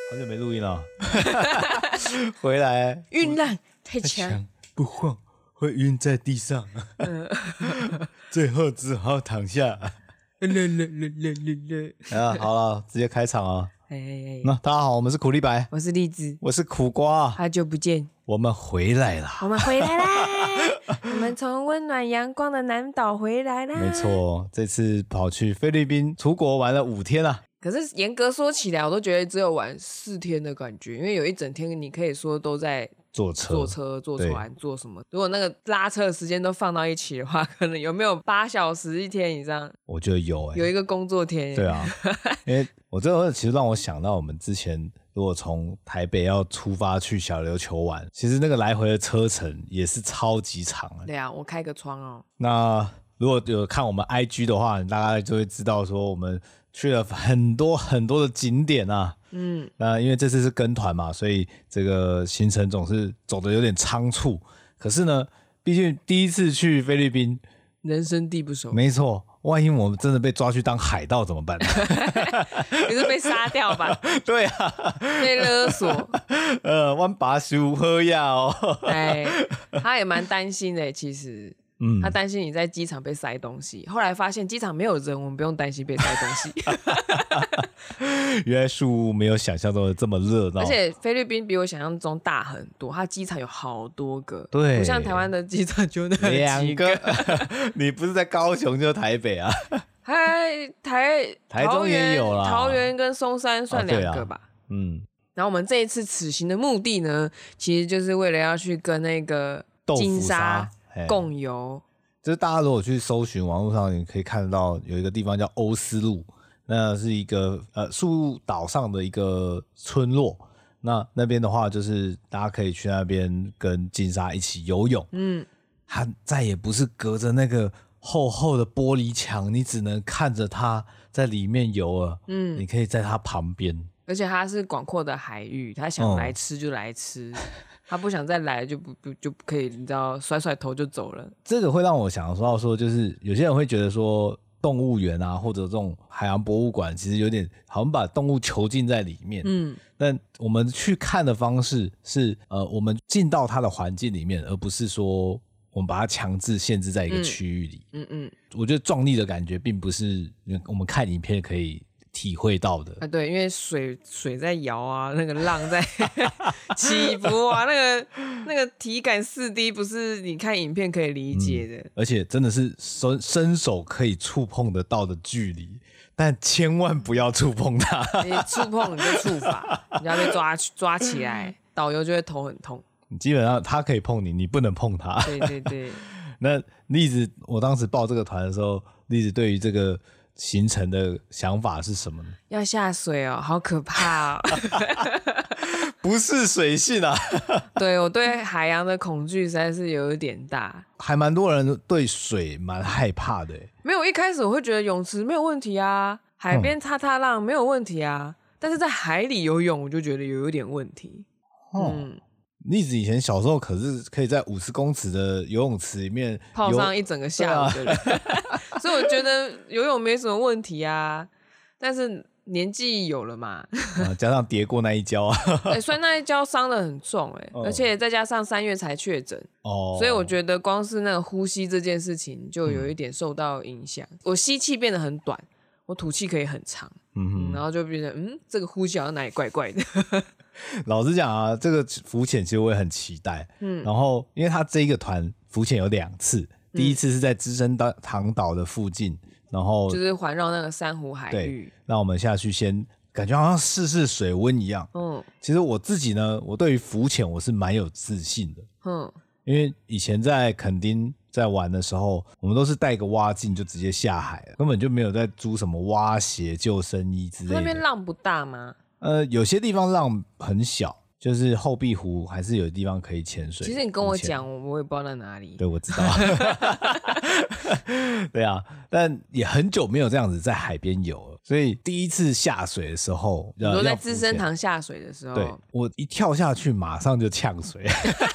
好久没录音了，回来晕浪太强， 不晃会晕在地上，最后只好躺下。好了，直接开场啊！那大家好，我们是苦力白， 我是栗子， 我是苦瓜， 好久不见， 我们回来了， 我们回来啦！我们从温暖阳光的南岛回来啦。 没错，这次跑去菲律宾出国玩了5天啊。 可是严格说起来，我都觉得只有玩4天的感觉，因为有一整天你可以说都在坐车、坐船、坐什么。如果那个拉车的时间都放到一起的话，可能有没有8小时一天以上？ 我觉得有有一个工作天。 对啊，因为我这个其实让我想到我们之前如果从台北要出发去小琉球玩，其实那个来回的车程也是超级长。 对啊，我开个窗哦。 那如果有看我们 IG 的话，你大概就会知道说我们去了很多很多的景点啊。那因为这次是跟团嘛，所以这个行程总是走得有点仓促。可是呢，毕竟第一次去菲律宾， 人生地不熟。 没错，万一我们真的被抓去当海盗怎么办？ 你是被杀掉吧？ 对啊， 被勒索。 我把书喝呀哦。 哎，他也蛮担心的，其实。他担心你在机场被塞东西，后来发现机场没有人，我们不用担心被塞东西。 原来树屋没有想象中的这么热闹， 而且菲律宾比我想象中大很多，它机场有好多个， 对， 不像台湾的机场就那 2个。你不是在高雄就台北啊？ 台中也有啦， 桃园跟松山算2个吧。然后我们这一次此行的目的呢，其实就是为了要去跟那个金沙共游。 就是大家如果去搜寻网络上，你可以看得到有一个地方叫欧斯路，那是一个树岛上的一个村落。那边的话，就是大家可以去那边跟金沙一起游泳。它再也不是隔着那个厚厚的玻璃墙，你只能看着它在里面游了。你可以在它旁边， 而且它是广阔的海域，他想来吃就来吃。他不想再来就可以，你知道，甩甩头就走了。 这个会让我想到说，就是有些人会觉得说，动物园啊，或者这种海洋博物馆，其实有点好像把动物囚禁在里面。但我们去看的方式是，我们进到它的环境里面，而不是说我们把它强制限制在一个区域里。我觉得壮丽的感觉，并不是我们看影片可以体会到的啊。对，因为水在摇啊，那个浪在起伏啊，那个体感4D 不是你看影片可以理解的。 而且真的是伸手可以触碰得到的距离，但千万不要触碰它。 你触碰你就触法，你要被抓起来，导游就会头很痛。 基本上他可以碰你，你不能碰他。 对。 那栗子，我当时报这个团的时候，栗子对于这个行程的想法是什么呢？ 要下水哦，好可怕哦。 不是水性啊。 对，我对海洋的恐惧实在是有一点大， 还蛮多人对水蛮害怕的。 没有，一开始我会觉得泳池没有问题啊，海边踏踏浪没有问题啊，但是在海里游泳我就觉得有一点问题。 栗子以前小时候可是可以在50公尺的游泳池里面泡上一整个下午的人。所以我觉得游泳没什么问题啊，但是年纪有了嘛。 加上跌过那一跤啊。 所以那一跤伤得很重而且再加上3月才确诊。所以我觉得光是那个呼吸这件事情就有一点受到影响。我吸气变得很短，我吐气可以很长。然后就变成这个呼吸好像哪里怪怪的。 老实讲啊，这个浮潜其实我也很期待。然后因为他这一个团浮潜有2次，第一次是在资生堂岛的附近，然后就是环绕那个珊瑚海域。 那我们下去先感觉好像试水温一样。其实我自己呢，我对于浮潜我是蛮有自信的。因为以前在垦丁在玩的时候，我们都是带个蛙镜就直接下海了，根本就没有在租什么蛙鞋、救生衣之类的。 那边浪不大吗？ 有些地方浪很小，就是后壁湖还是有地方可以潜水。 其实你跟我讲，我也不知道在哪里。 对，我知道。对啊，但也很久没有这样子在海边游了，所以第一次下水的时候， 你说在资生堂下水的时候， 对，我一跳下去马上就呛水。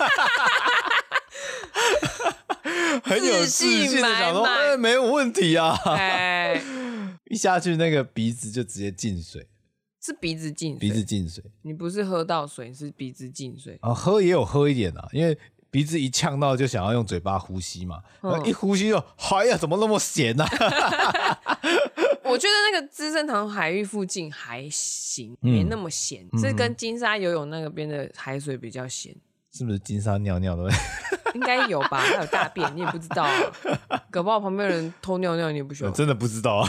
很有自信的想说，没有问题啊。一下去那个鼻子就直接进水。 是鼻子进水， 鼻子进水， 你不是喝到水，是鼻子进水啊，喝也有喝一点啊，因为鼻子一呛到就想要用嘴巴呼吸嘛，一呼吸就哎呀，怎么那么咸啊？ 我觉得那个资生堂海域附近还行，没那么咸，是跟金沙游泳那边的海水比较咸。 是不是金沙尿尿的？ 应该有吧，还有大便，你也不知道啊。搞不好旁边的人偷尿尿，你也不晓得。 真的不知道啊。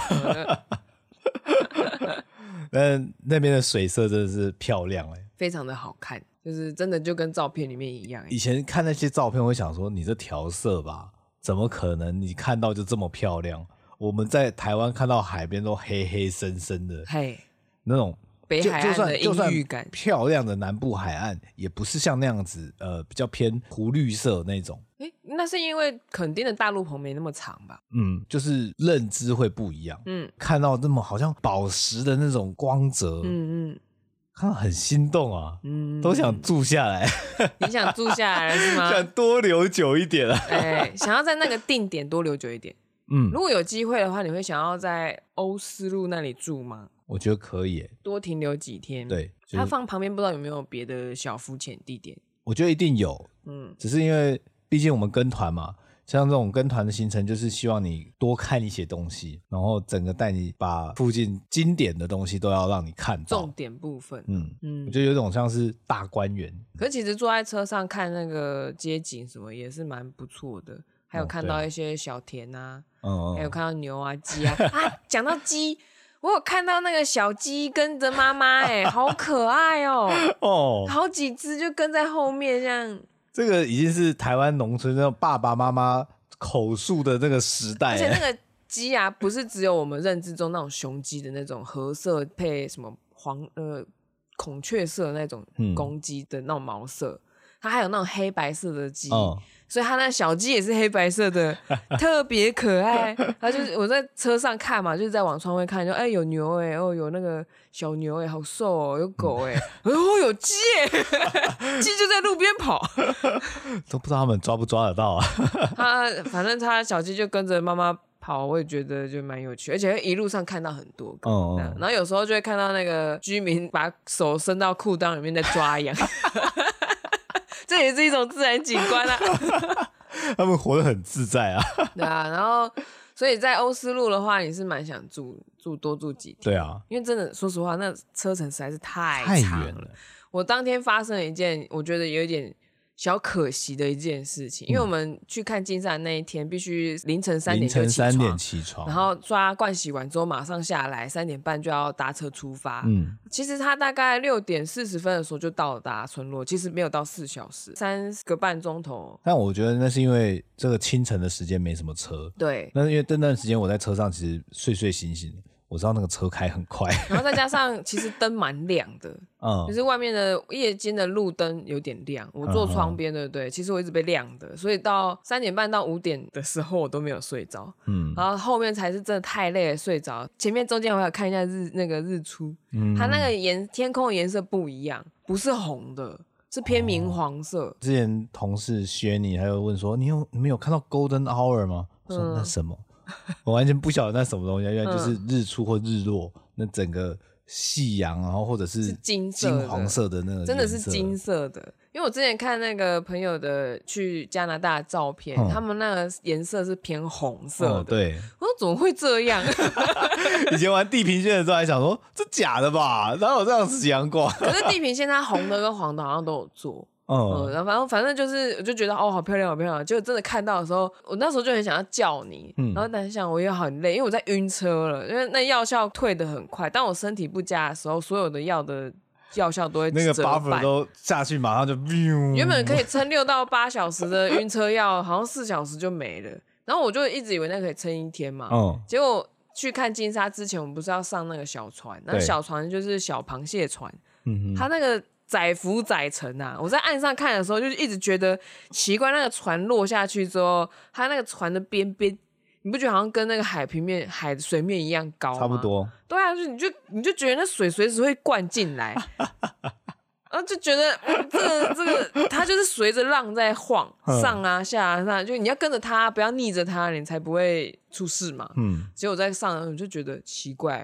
但那边的水色真的是漂亮非常的好看，就是真的就跟照片里面一样。 以前看那些照片，我会想说，你这调色吧，怎么可能？你看到就这么漂亮？我们在台湾看到海边都黑黑深深的，那种北海岸的阴郁感。 漂亮的南部海岸也不是像那样子，比较偏湖绿色那种。 那是因为垦丁的大陆棚没那么长吧？ 就是认知会不一样。看到那么好像宝石的那种光泽，看到很心动啊，都想住下来。 你想住下来了是吗？ 想多留久一点啊。 想要在那个定点多留久一点。如果有机会的话，你会想要在欧斯路那里住吗？ 我觉得可以多停留几天。 对，就是， 它放旁边不知道有没有别的小浮潜地点。 我觉得一定有，只是因为毕竟我们跟团嘛，像这种跟团的行程就是希望你多看一些东西，然后整个带你把附近经典的东西都要让你看到重点部分。 我觉得有种像是大观园。 可是其实坐在车上看那个街景什么也是蛮不错的，还有看到一些小田啊，还有看到牛啊鸡啊。讲到鸡，我有看到那个小鸡跟着妈妈，好可爱哦。好几只就跟在后面这样。 这个已经是台湾农村那种爸爸妈妈口述的那个时代。 而且那个鸡啊，不是只有我们认知中那种雄鸡的那种褐色配什么孔雀色那种公鸡的那种毛色，它还有那种黑白色的鸡。所以它那小鸡也是黑白色的，特别可爱。它就是我在车上看嘛，就是在往窗外看，就有牛有那个小牛好瘦有狗有鸡鸡就在路边跑， 都不知道他们抓不抓得到啊。 反正它小鸡就跟着妈妈跑，我也觉得就蛮有趣，而且一路上看到很多个。然后有时候就会看到那个居民把手伸到裤裆里面在抓羊。这也是一种自然景观啊。 他们活得很自在啊。 对啊，然后所以在欧斯路的话，你是蛮想多住几天。 对啊， 因为真的说实话，那车程实在是太长远了。 我当天发生了一件我觉得有点小可惜的一件事情，因为我们去看金沙那一天必须凌晨3点就起床，然后刷盥洗完之后马上下来，3点半就要搭车出发。其实他大概6点40分的时候就到达村落，其实没有到4小时，3个半钟头。 但我觉得那是因为这个清晨的时间没什么车。 对， 那因为那段时间我在车上其实睡醒醒的，我知道那个车开很快， 然后再加上其实灯蛮亮的，就是外面的夜间的路灯有点亮。我坐窗边对不对？其实我一直被亮的，所以到3点半到5点的时候我都没有睡着。然后后面才是真的太累了睡着。前面中间我还有看一下那个日出，它那个天空的颜色不一样，不是红的，是偏明黄色。 之前同事薛你还有问说，你们有看到 Golden Hour 吗？我说那什么？我完全不晓得那什么东西，原来就是日出或日落，那整个夕阳，然后或者是金黄色的那个， 真的是金色的。因为我之前看那个朋友的去加拿大的照片，他们那个颜色是偏红色的。 对， 我说怎么会这样？ 以前玩地平线的时候还想说这假的吧，哪有这样子阳光？ 可是地平线它红的跟黄的好像都有做。然后反正就是我就觉得好漂亮好漂亮，结果真的看到的时候，我那时候就很想要叫你，然后但是想我也很累，因为我在晕车了，因为那药效退得很快，当我身体不佳的时候，所有的药效都会那个 buffer 都下去，马上就原本可以撑6到8小时的晕车药，好像4小时就没了。然后我就一直以为那可以撑1天嘛，结果去看金沙之前，我们不是要上那个小船，那小船就是小螃蟹船，它那个载浮载沉啊！我在岸上看的时候，就一直觉得奇怪，那个船落下去之后，它那个船的边边，你不觉得好像跟那个海的水面一样高吗？ 差不多。 对啊，你就觉得那水随时会灌进来，然后就觉得这个它就是随着浪在晃，上啊下啊上，就你要跟着它，不要逆着它，你才不会出事嘛。结果在上，我就觉得奇怪。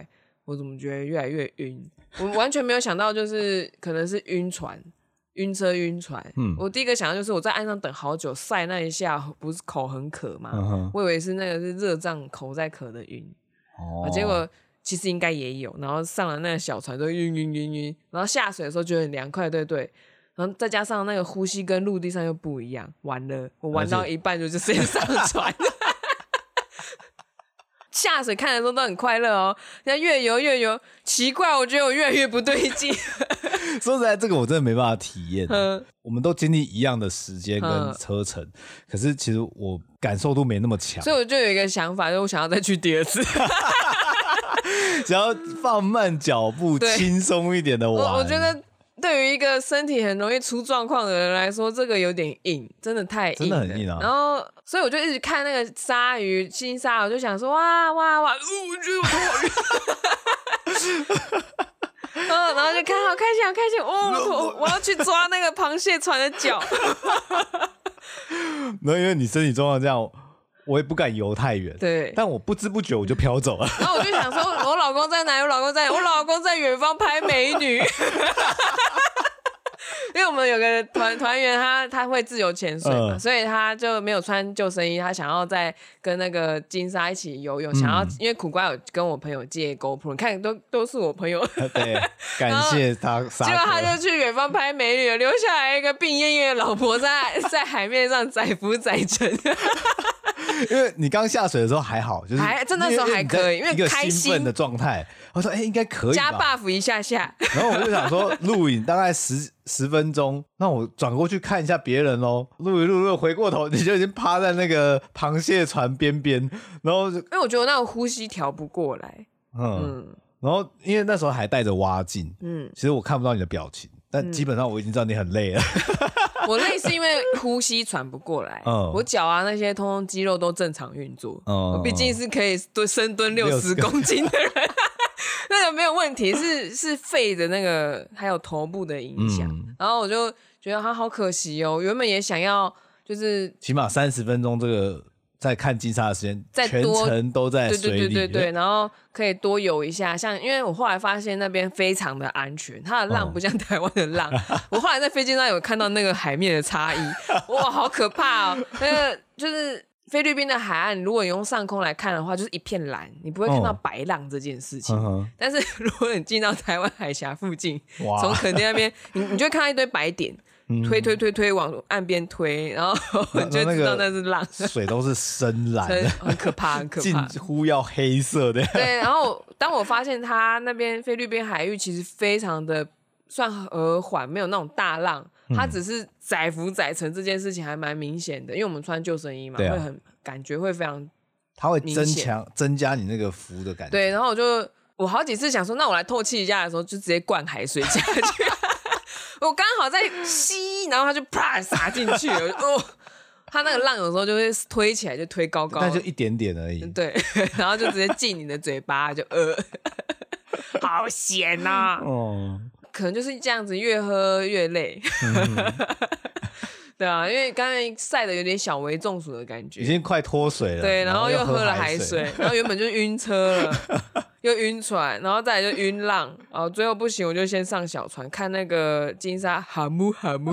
我怎么觉得越来越晕？我完全没有想到，就是可能是晕船、晕车、晕船。我第一个想到就是我在岸上等好久，晒那一下，不是口很渴吗？我以为是那个是热胀口在渴的晕。结果其实应该也有，然后上了那个小船就晕，然后下水的时候觉得很凉快，对。然后再加上那个呼吸跟陆地上又不一样，完了，我玩到一半就直接上船。下水看的时候都很快乐哦，那越游，奇怪，我觉得我越来越不对劲。 说实在，这个我真的没办法体验。我们都经历一样的时间跟车程，可是其实我感受度没那么强， 所以我就有一个想法，就是我想要再去第二次。 想要放慢脚步，轻松一点的玩。 我觉得对于一个身体很容易出状况的人来说，这个有点硬，真的太硬了， 真的很硬啊。 然后，所以我就一直看那个鲨鱼、金鲨，我就想说，哇，我觉得我头好晕。然后就看好开心，我要去抓那个螃蟹船的脚。 然后因为你身体状况这样，我也不敢游太远， 对， 但我不知不觉我就飘走了。 然后我就想说，我老公在哪？我老公在远方拍美女。因为我们有个团员他会自由潜水嘛，所以他就没有穿救生衣，他想要再跟那个金鲨一起游泳，想要因为苦瓜有跟我朋友借 GoPro， 你看都是我朋友。 对，感谢他。 结果他就去远方拍美女了，留下来一个病恹恹的老婆在海面上载浮载沉。 因为你刚下水的时候还好，就是那时候还可以，因为一个开心兴奋的状态。我说应该可以吧， 加 buff 一下。 然后我就想说录影大概10分钟，那我转过去看一下别人咯，录一录回过头你就已经趴在那个螃蟹船边边，然后因为我觉得我那个呼吸调不过来。 然后因为那时候还带着蛙镜，其实我看不到你的表情，但基本上我已经知道你很累了。 我累是因为呼吸喘不过来，我脚啊那些通通肌肉都正常运作，我毕竟是可以深蹲60公斤的人。那个没有问题，是肺的那个还有头部的影响。然后我就觉得他好可惜哦，原本也想要就是起码30分钟这个在看金鲨的时间，全程都在水里， 对，然后可以多游一下。像因为我后来发现那边非常的安全，它的浪不像台湾的浪。我后来在飞机上有看到那个海面的差异，哇，好可怕哦！那个就是菲律宾的海岸，如果你用上空来看的话，就是一片蓝，你不会看到白浪这件事情。但是如果你进到台湾海峡附近，从垦丁那边，你就会看到一堆白点。推往岸边推，然后你就知道那是浪， 水都是深蓝， 很可怕，近乎要黑色的。 对，然后当我发现它那边菲律宾海域其实非常的算和缓，没有那种大浪，它只是载浮载沉这件事情还蛮明显的，因为我们穿救生衣嘛，会很感觉会非常， 它会增加你那个浮的感觉。 对，然后我好几次想说，那我来透气一下的时候，就直接灌海水下去。我刚好在吸，然后他就啪洒进去了。他那个浪有时候就会推起来，就推高高， 但就一点点而已。 对，然后就直接进你的嘴巴，就好咸呐！可能就是这样子，越喝越累。对啊，因为刚才晒的有点小微中暑的感觉， 已经快脱水了。 对，然后又喝了海水，然后原本就晕车了，又晕船，然后再来就晕浪，然后最后不行，我就先上小船看那个金鲨哈姆。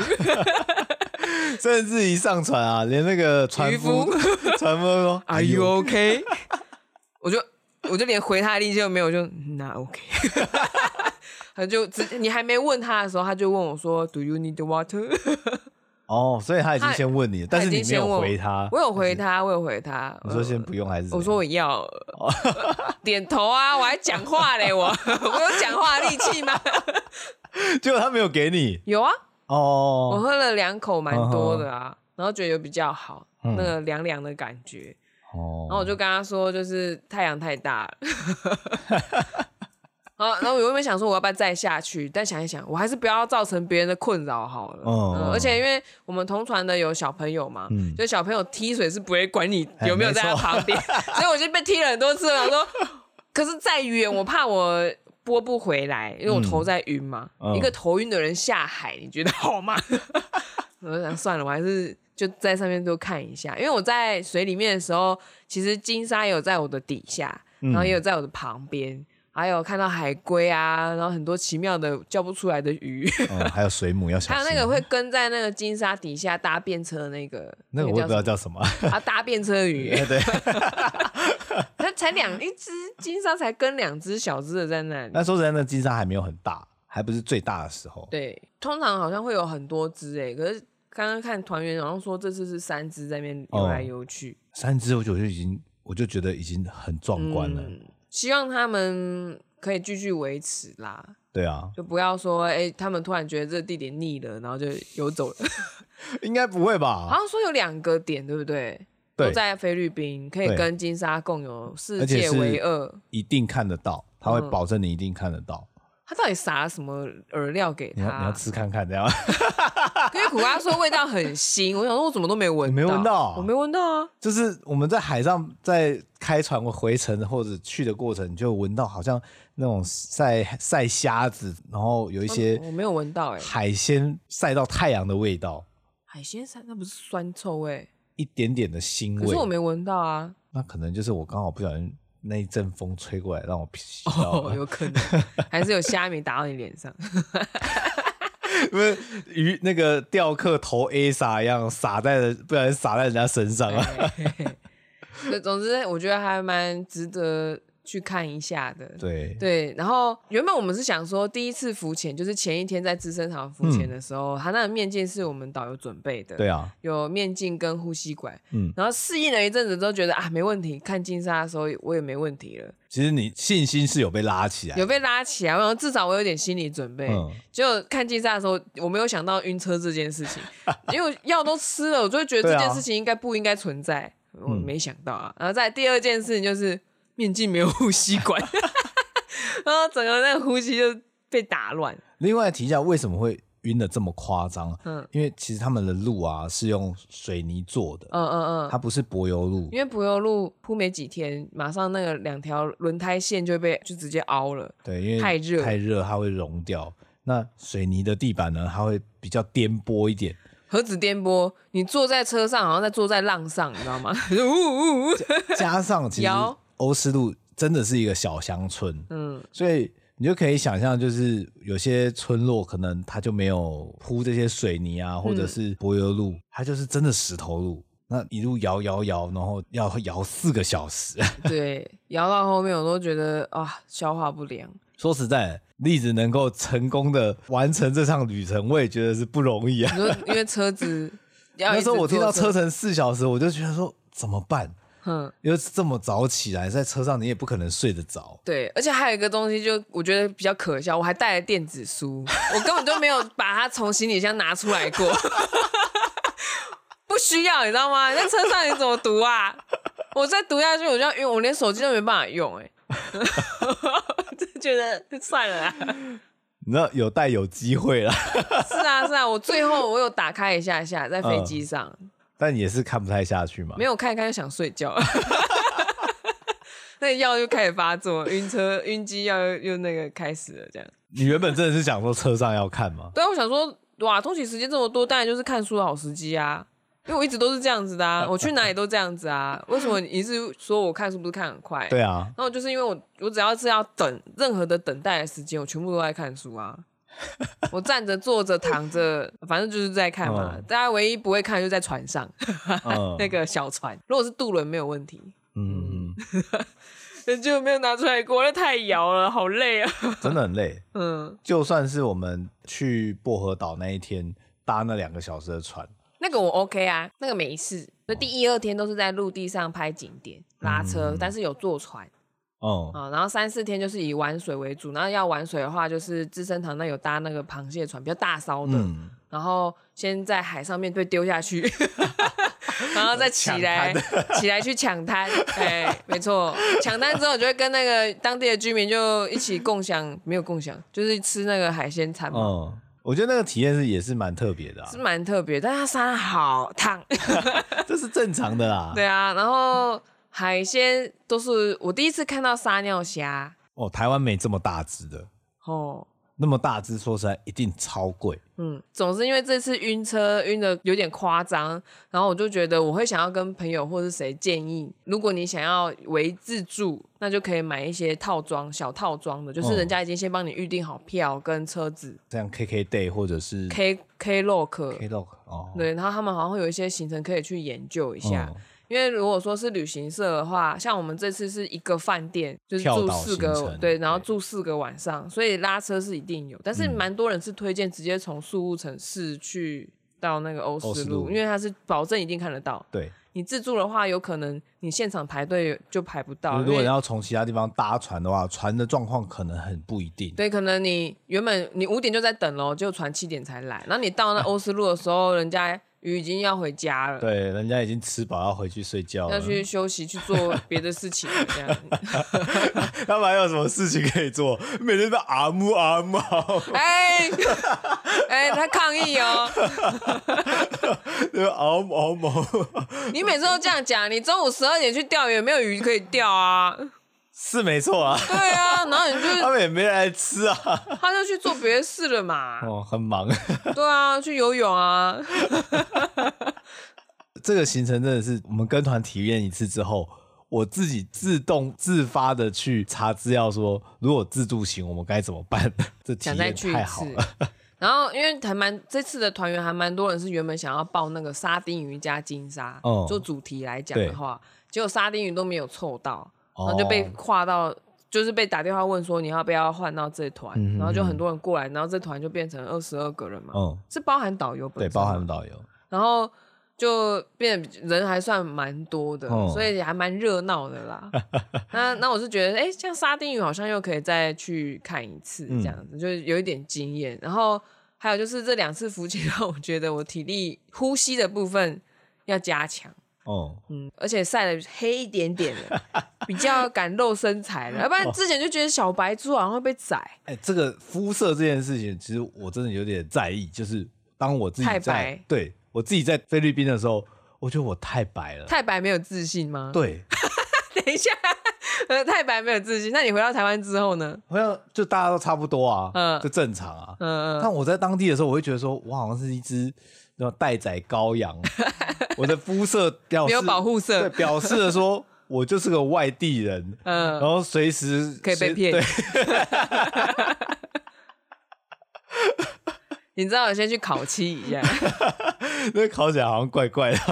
甚至一上船啊，连那个船夫都说 Are you OK？ 我就连回他的力气都没有，我就那 OK。他就你还没问他的时候，他就问我说 Do you need water？ 所以他已经先问你了，但是你没有回他。 我有回他。 你说先不用还是？ 我说我要，点头啊，我还讲话嘞，我有讲话力气吗？ 结果他没有给你。 有啊，我喝了2口，蛮多的啊，然后觉得有比较好，那个凉凉的感觉。然后我就跟他说，就是太阳太大了。然后我原本想说我要不要再下去，但想一想，我还是不要造成别人的困扰好了。而且因为我们同船的有小朋友嘛，就小朋友踢水是不会管你有没有在他旁边，所以我就被踢了很多次。我想说，可是再远我怕我拨不回来，因为我头在晕嘛。一个头晕的人下海，你觉得好吗？我就想算了，我还是就在上面多看一下，因为我在水里面的时候，其实金鲨也有在我的底下，然后也有在我的旁边。 还有看到海龟啊，然后很多奇妙的叫不出来的鱼， 还有水母要小心， 还有那个会跟在那个金沙底下搭便车的那个我也不知道叫什么搭便车鱼， 对， 它才一只金沙才跟2只小只的在那里。 那说实在，那金沙还没有很大，还不是最大的时候。 对，通常好像会有很多只可是刚刚看团员好像说这次是3只在那边游来游去 ，3只我就觉得已经很壮观了。 希望他们可以继续维持啦。 对啊， 就不要说他们突然觉得这个地点腻了，然后就游走了。 应该不会吧？ 好像说有2个点，对不对？ 对， 都在菲律宾，可以跟金沙共有世界唯二， 一定看得到，他会保证你一定看得到。 他到底撒了什么饵料给他？ 你要吃看看这样。 因为苦瓜说味道很腥，我想说我怎么都没闻到， 没闻到， 我没闻到啊。 就是我们在海上在开船回程或者去的过程，你就闻到好像那种晒虾子，然后有一些我没有闻到海鲜晒到太阳的味道。 海鲜晒那不是酸臭味， 一点点的腥味。 可是我没闻到啊。 那可能就是我刚好不小心那一阵风吹过来让我吸到了。 有可能还是有虾米打到你脸上。 因为鱼那个钓客投 A 撒一样不小心洒在人家身上啊。 总之我觉得还蛮值得去看一下的。 对， 然后原本我们是想说第一次浮潜就是前一天在资生堂浮潜的时候，他那个面镜是我们导游准备的。 对啊， 有面镜跟呼吸管。然后适应了一阵子之后觉得没问题，看金沙的时候我也没问题了。 其实你信心是有被拉起来， 我想至少我有点心理准备。结果看金沙的时候我没有想到晕车这件事情。因为药都吃了，我就会觉得这件事情不应该存在。我没想到啊。然后再第二件事情就是面镜没有呼吸管。然后整个那个呼吸就被打乱。 另外提一下为什么会晕的这么夸张，因为其实他们的路啊是用水泥做的，它不是柏油路。 因为柏油路铺没几天，马上那个2条轮胎线就直接凹了。 对，因为太热它会融掉。那水泥的地板呢，它会比较颠簸一点。 何止颠簸，你坐在车上好像在坐在浪上，你知道吗？ 加上其实欧斯陆真的是一个小乡村，所以你就可以想象，就是有些村落可能它就没有铺这些水泥啊，或者是柏油路，它就是真的石头路。那一路摇，然后要摇4个小时。对， 摇到后面我都觉得消化不良。 说实在，栗子能够成功的完成这趟旅程，我也觉得是不容易啊。 你说因为车子那时候我听到车程4小时，我就觉得说怎么办？因为这么早起来，在车上你也不可能睡得着。对， 而且还有一个东西，就我觉得比较可笑，我还带了电子书，我根本就没有把它从行李箱拿出来过。不需要，你知道吗？你在车上你怎么读啊？我再读下去我就要晕，我连手机都没办法用。就觉得算了啦。 你知道有带有机会啦。 是啊，我最后我有打开一下在飞机上。 但也是看不太下去嘛。 没有看一看就想睡觉。那药又开始发作，晕机药又那个开始了这样。 你原本真的是想说车上要看吗？ 对啊，我想说哇，通勤时间这么多，当然就是看书的好时机啊。因为我一直都是这样子的啊，我去哪里都这样子啊。为什么你是说我看书不是看很快？ 对啊， 然后就是因为我只要是要等任何的等待的时间，我全部都在看书啊。我站着、坐着、躺着，反正就是在看嘛。大家唯一不会看就在船上，那个小船。如果是渡轮没有问题，就没有拿出来过，那太摇了，好累啊， 真的很累。就算是我们去薄荷岛那一天搭那2个小时的船。 那个我 OK 啊，那个没事。所以第1、2天都是在陆地上拍景点、拉车，但是有坐船。然后3、4天就是以玩水为主。然后要玩水的话，就是资生堂那有搭那个螃蟹船，比较大艘的。然后先在海上面被丢下去，然后再起来去抢滩。没错，抢滩之后就会跟那个当地的居民就一起共享，没有共享，就是吃那个海鲜餐嘛。 我觉得那个体验也是蛮特别的。 是蛮特别，但它沙好烫。 这是正常的啦。 对啊，然后海鲜都是我第一次看到撒尿虾。 台湾没这么大只的。 那么大只，说实在一定超贵。 总之因为这次晕车晕的有点夸张，然后我就觉得我会想要跟朋友或是谁建议，如果你想要为自助，那就可以买一些套装小套装的，就是人家已经先帮你预定好票跟车子， 像 KKday 或者是 Klook 哦， 对，然后他们好像会有一些行程可以去研究一下。因为如果说是旅行社的话，像我们这次是一个饭店，就是住4个，对，然后住4个晚上，所以拉车是一定有。但是蛮多人是推荐直接从宿务城市去到那个欧斯陆，因为它是保证一定看得到。 对， 你自助的话，有可能你现场排队就排不到。 如果你要从其他地方搭船的话，船的状况可能很不一定。 对，可能你原本你5点就在等咯，结果船7点才来，然后你到那欧斯陆的时候，人家鱼已经要回家了， 对，人家已经吃饱要回去睡觉了， 要去休息去做别的事情这样。 他们还有什么事情可以做？每天都阿木， 他抗议哦， 嗷毛， 你每次都这样讲，你中午12点去钓鱼，没有鱼可以钓啊。 是没错啊， 对啊，然后你就他们也没来吃啊， 他就去做别的事了嘛。 很忙。 对啊，去游泳啊。 这个行程真的是我们跟团体验一次之后，我自己自发的去查资料说，如果自助行我们该怎么办？这体验太好了。 然后因为这次的团员还蛮多人是原本想要报那个沙丁鱼加金沙，就主题来讲的话，结果沙丁鱼都没有凑到。然后就被跨到，就是被打电话问说你要不要换到这团，然后就很多人过来，然后这团就变成22个人嘛，是包含导游本身， 对，包含导游， 然后就变人还算蛮多的，所以还蛮热闹的啦。那我是觉得，像沙丁鱼好像又可以再去看一次这样子，就是有一点经验。然后还有就是这2次浮潜让我觉得我体力呼吸的部分要加强。而且晒得黑一点点的，比较敢露身材了，要不然之前就觉得小白猪好像会被宰。 这个肤色这件事情，其实我真的有点在意，就是当我自己对我自己在菲律宾的时候，我觉得我太白了， 太白没有自信吗？ 对， 等一下，太白没有自信，那你回到台湾之后呢？ 回到就大家都差不多啊，就正常啊，但我在当地的时候，我会觉得说，我好像是一只待宰羔羊。我的肤色没有保护色， 对，表示了说我就是个外地人，然后随时可以被骗。你知道我先去烤漆一下， 那烤起来好像怪怪的。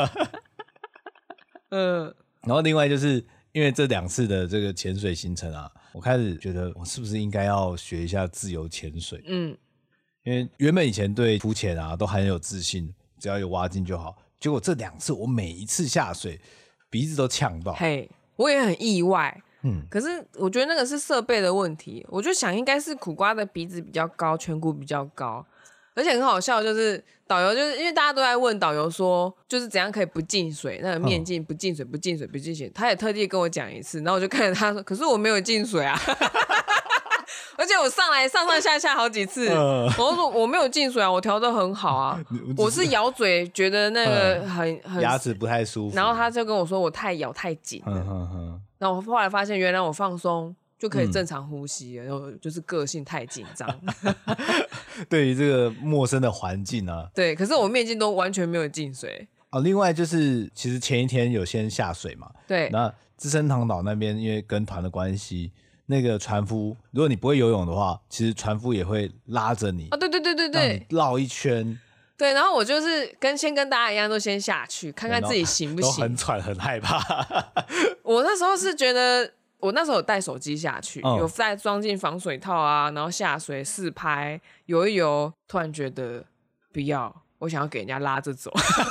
然后另外就是因为这2次的这个潜水行程啊，我开始觉得我是不是应该要学一下自由潜水？因为原本以前对浮潜啊都很有自信，只要有蛙镜就好。结果这2次我每一次下水鼻子都呛到， 我也很意外。可是我觉得那个是设备的问题，我就想应该是苦瓜的鼻子比较高，颧骨比较高，而且很好笑，就是导游就是因为大家都在问导游说，就是怎样可以不进水，那个面镜不进水，不进水，不进水，他也特地跟我讲一次，然后我就看着他说，可是我没有进水啊。而且我上下下好几次，我说我没有进水啊，我调得很好啊，我是咬嘴觉得那个很牙齿不太舒服， 然后他就跟我说我咬太紧了，然后我后来发现原来我放松就可以正常呼吸了，然后就是个性太紧张。 对于这个陌生的环境啊， 对，可是我面镜都完全没有进水。 另外就是其实前一天有先下水嘛， 对， 那资生堂岛那边因为跟团的关系，那个船夫如果你不会游泳的话，其实船夫也会拉着你对， 绕一圈。 对，然后我就是先跟大家一样，都先下去看看自己行不行， 都很喘很害怕。 我那时候是觉得，我那时候有带手机下去，有再装进防水套啊，然后下水试拍游一游，突然觉得不要，我想要给人家拉着走。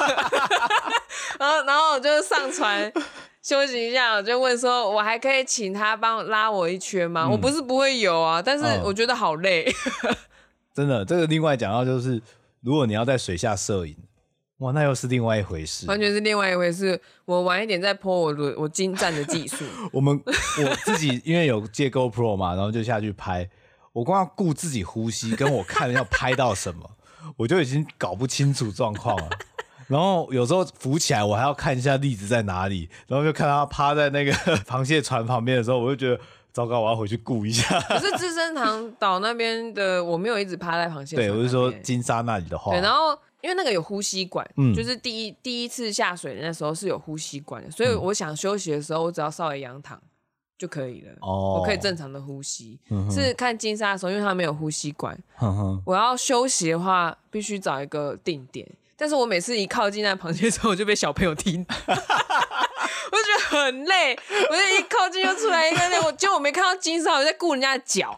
然后我就上船休息一下，我就问说，我还可以请他帮我拉我一圈吗？我不是不会游啊，但是我觉得好累。 真的，这个另外讲到就是，如果你要在水下摄影，哇，那又是另外一回事， 完全是另外一回事。我晚一点再 po 我精湛的技术。我自己因为有借 GoPro 嘛，然后就下去拍，我光要顾自己呼吸，跟我看要拍到什么，我就已经搞不清楚状况了。然后有时候浮起来，我还要看一下栗子在哪里，然后就看他趴在那个螃蟹船旁边的时候，我就觉得糟糕，我要回去顾一下。 可是资生堂岛那边的我没有一直趴在螃蟹船那边。 对，我是说金沙那里的话， 对，然后因为那个有呼吸管，就是第一次下水的那时候是有呼吸管的，所以我想休息的时候，我只要稍微仰躺就可以了。我可以正常的呼吸。是看金沙的时候，因为它没有呼吸管，我要休息的话，必须找一个定点。但是我每次一靠近那螃蟹之后，我就被小朋友踢，我就觉得很累。我就一靠近就出来一个那，结果我没看到金沙，我在顾人家的脚。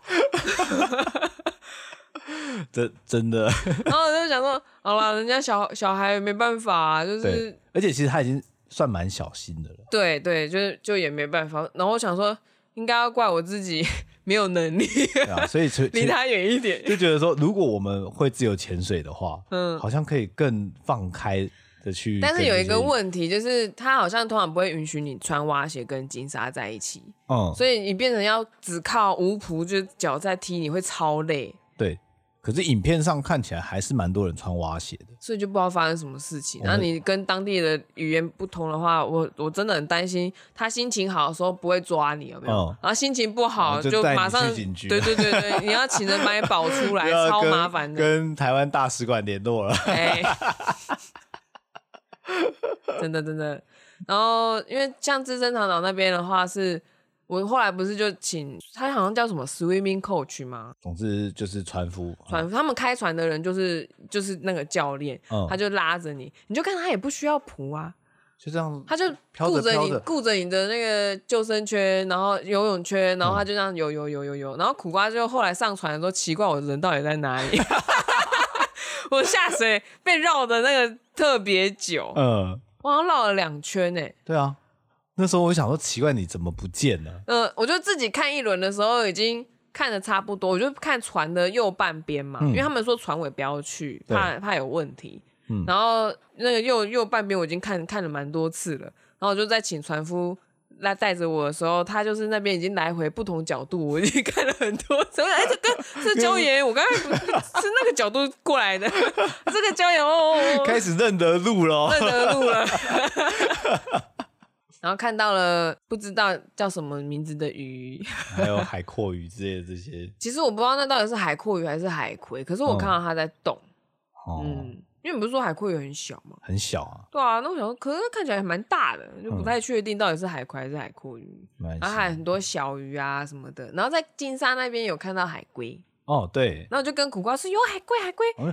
真的。 然后我就想说，好啦，人家小孩没办法啊，就是， 而且其实他已经算蛮小心的了。 对对，就也没办法。然后我想说，应该要怪我自己没有能力，对啊，所以离他远一点。 就觉得说，如果我们会自由潜水的话，好像可以更放开的去。 但是有一个问题，就是他好像通常不会允许你穿蛙鞋跟金沙在一起，所以你变成要只靠无蹼，就脚在踢，你会超累。 对。可是影片上看起来还是蛮多人穿蛙鞋的， 所以就不知道发生什么事情。然后你跟当地的语言不同的话，我真的很担心他心情好的时候不会抓你，有没有？然后心情不好就马上去警局。 对对对对，你要请人把你保出来，超麻烦的。 跟台湾大使馆联络了。 真的真的。然后因为像资生堂岛那边的话是。我后来不是就请他好像叫什么 swimming coach 吗？ 总之就是船夫， 他们开船的人就是那个教练，他就拉着你，你就看他也不需要蹼啊， 就这样， 他就顾着你的那个救生圈，然后游泳圈，然后他就这样游，然后苦瓜就后来上船的时候奇怪我人到底在哪里，我下水被绕的那个特别久，我好像绕了2圈欸。 对啊。那时候我想说奇怪你怎么不见了？ 我就自己看一轮的时候已经看得差不多，我就看船的右半边嘛，因为他们说船尾不要去，怕有问题。然后那个右半边我已经看了蛮多次了，然后我就在请船夫来带着我的时候，他就是那边已经来回不同角度，我已经看了很多次。这礁岩我刚才是那个角度过来的，这个礁岩开始认得路了。 然后看到了不知道叫什么名字的鱼， 还有海蛞蝓之类的这些。 其实我不知道那到底是海蛞蝓还是海葵，可是我看到它在动。因为你不是说海蛞蝓很小吗？ 很小啊。 对啊，那我想说，可是看起来还蛮大的，就不太确定到底是海葵还是海蛞蝓。然后还有很多小鱼啊什么的。然后在金沙那边有看到海龟。 对。 然后就跟苦瓜说有海龟。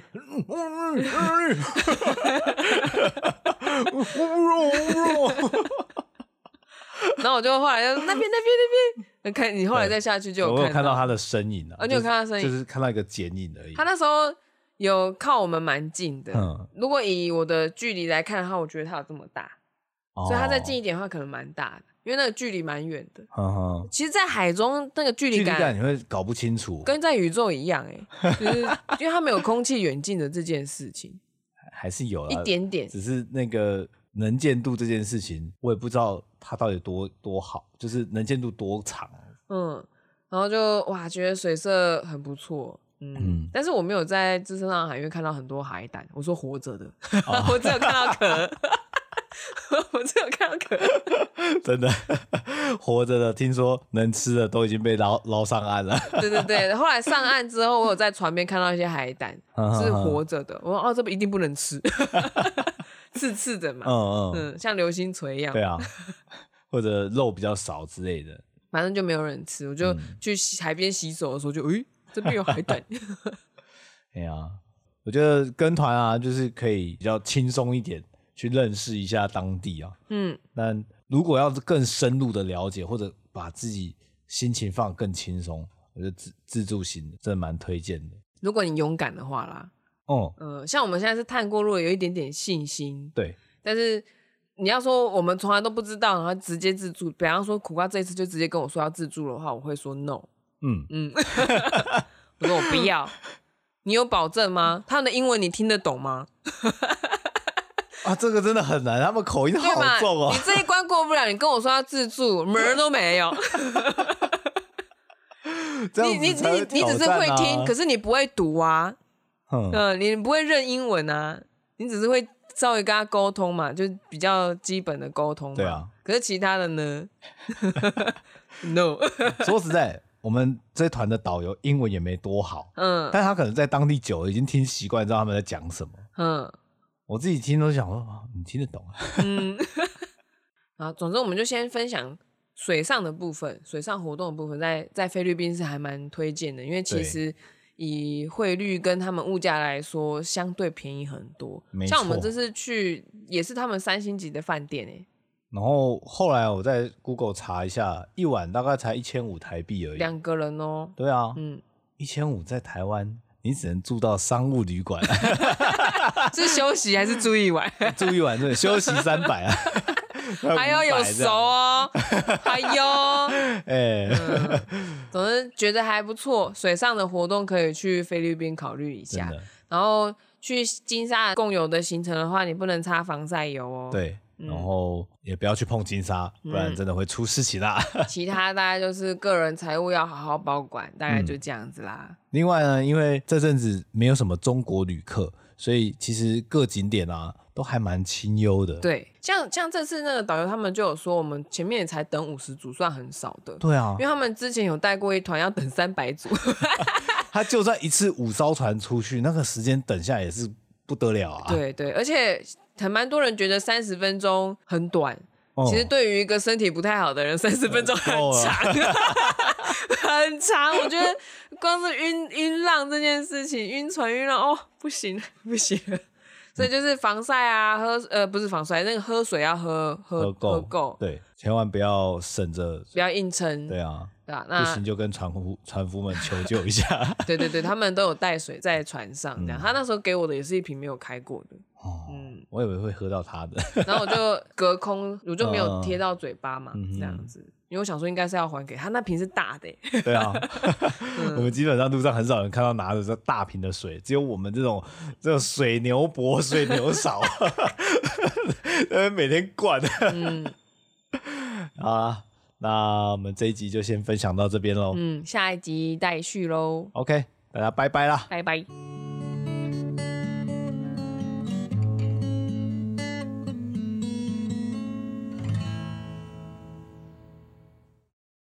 然后我就后来就那边，看你后来再下去就有看到他的身影啊， 你有看到身影， 就是看到一个剪影而已。 他那时候有靠我们蛮近的，如果以我的距离来看的话，我觉得他有这么大，所以他再近一点的话可能蛮大的，因为那个距离蛮远的。其实，在海中那个距离感你会搞不清楚， 跟在宇宙一样就是因为他没有空气远近的这件事情， 还是有啦一点点， 只是那个能见度这件事情，我也不知道它到底多好，就是能见度多长。 然后就哇，觉得水色很不错。但是我没有在资生堂海域看到很多海胆，我说活着的，我只有看到壳。我只有看到壳， 真的活着的，听说能吃的都已经被捞上岸了。 对，后来上岸之后，我有在船边看到一些海胆是活着的，我说这一定不能吃，刺的嘛，像流星锤一样。 对啊，或者肉比较少之类的， 反正就没有人吃，我就去海边洗手的时候就，这边有海胆。 哎呀，我觉得跟团啊，就是可以比较轻松一点。去认识一下当地啊，但如果要更深入的了解，或者把自己心情放更轻松，我觉得自助行真的蛮推荐的。如果你勇敢的话啦，像我们现在是探过路，有一点点信心， 对。但是你要说我们从来都不知道，然后直接自助，比方说苦瓜这一次就直接跟我说要自助的话，我会说 no。我说我不要。你有保证吗？他们的英文你听得懂吗？ 这个真的很难，他们口音好重哦。 你这一关过不了，你跟我说要自助，门儿都没有。你只是会听，可是你不会读啊。你不会认英文啊，你只是会稍微跟他沟通嘛，就比较基本的沟通嘛。 对啊。 可是其他的呢？No 。 说实在，我们这团的导游英文也没多好，但他可能在当地久了，已经听习惯，知道他们在讲什么。我自己听都想说，你听得懂啊？ 好，总之我们就先分享水上的部分，水上活动的部分，在菲律宾是还蛮推荐的，因为其实以汇率跟他们物价来说，相对便宜很多。像我们这次去也是他们3星级的饭店然后后来我在 Google 查一下，一晚大概才1500台币而已，2 个人哦。 对啊，1500在台湾你只能住到商务旅馆。 是休息还是住一晚？ 住一晚对，休息300啊。 还要有熟哦，还有，总之觉得还不错，水上的活动可以去菲律宾考虑一下。然后去金沙共有的行程的话，你不能擦防晒油哦。 对，然后也不要去碰金沙，不然真的会出事情啦。 其他大概就是个人财务要好好保管，大概就这样子啦。 另外呢，因为这阵子没有什么中国旅客，所以其实各景点啊都还蛮清幽的。 对，像这次那个导游他们就有说，我们前面也才等50组，算很少的。 对啊， 因为他们之前有带过一团要等300组。 他就算一次5艘船出去，那个时间等下也是不得了啊。 对对，而且很蛮多人觉得30分钟很短，其实对于一个身体不太好的人，30分钟很长。很长，我觉得光是晕浪这件事情，晕船晕浪不行了不行了。所以就是防晒啊，不是防晒，那个喝水要喝够， 对，千万不要省着， 不要硬撑， 对啊， 那不行就跟船夫们求救一下。 对对对，他们都有带水在船上，这样。他那时候给我的也是一瓶没有开过的， 我以为会喝到他的， 然后我就隔空，我就没有贴到嘴巴嘛，这样子。因为我想说应该是要还给他，那瓶是大的。 对啊，我们基本上路上很少人看到拿着这大瓶的水，只有我们这种水牛伯、水牛嫂，每天灌。好啦，那我们这一集就先分享到这边咯。 下一集待续咯。 OK， 大家拜拜啦， 拜拜。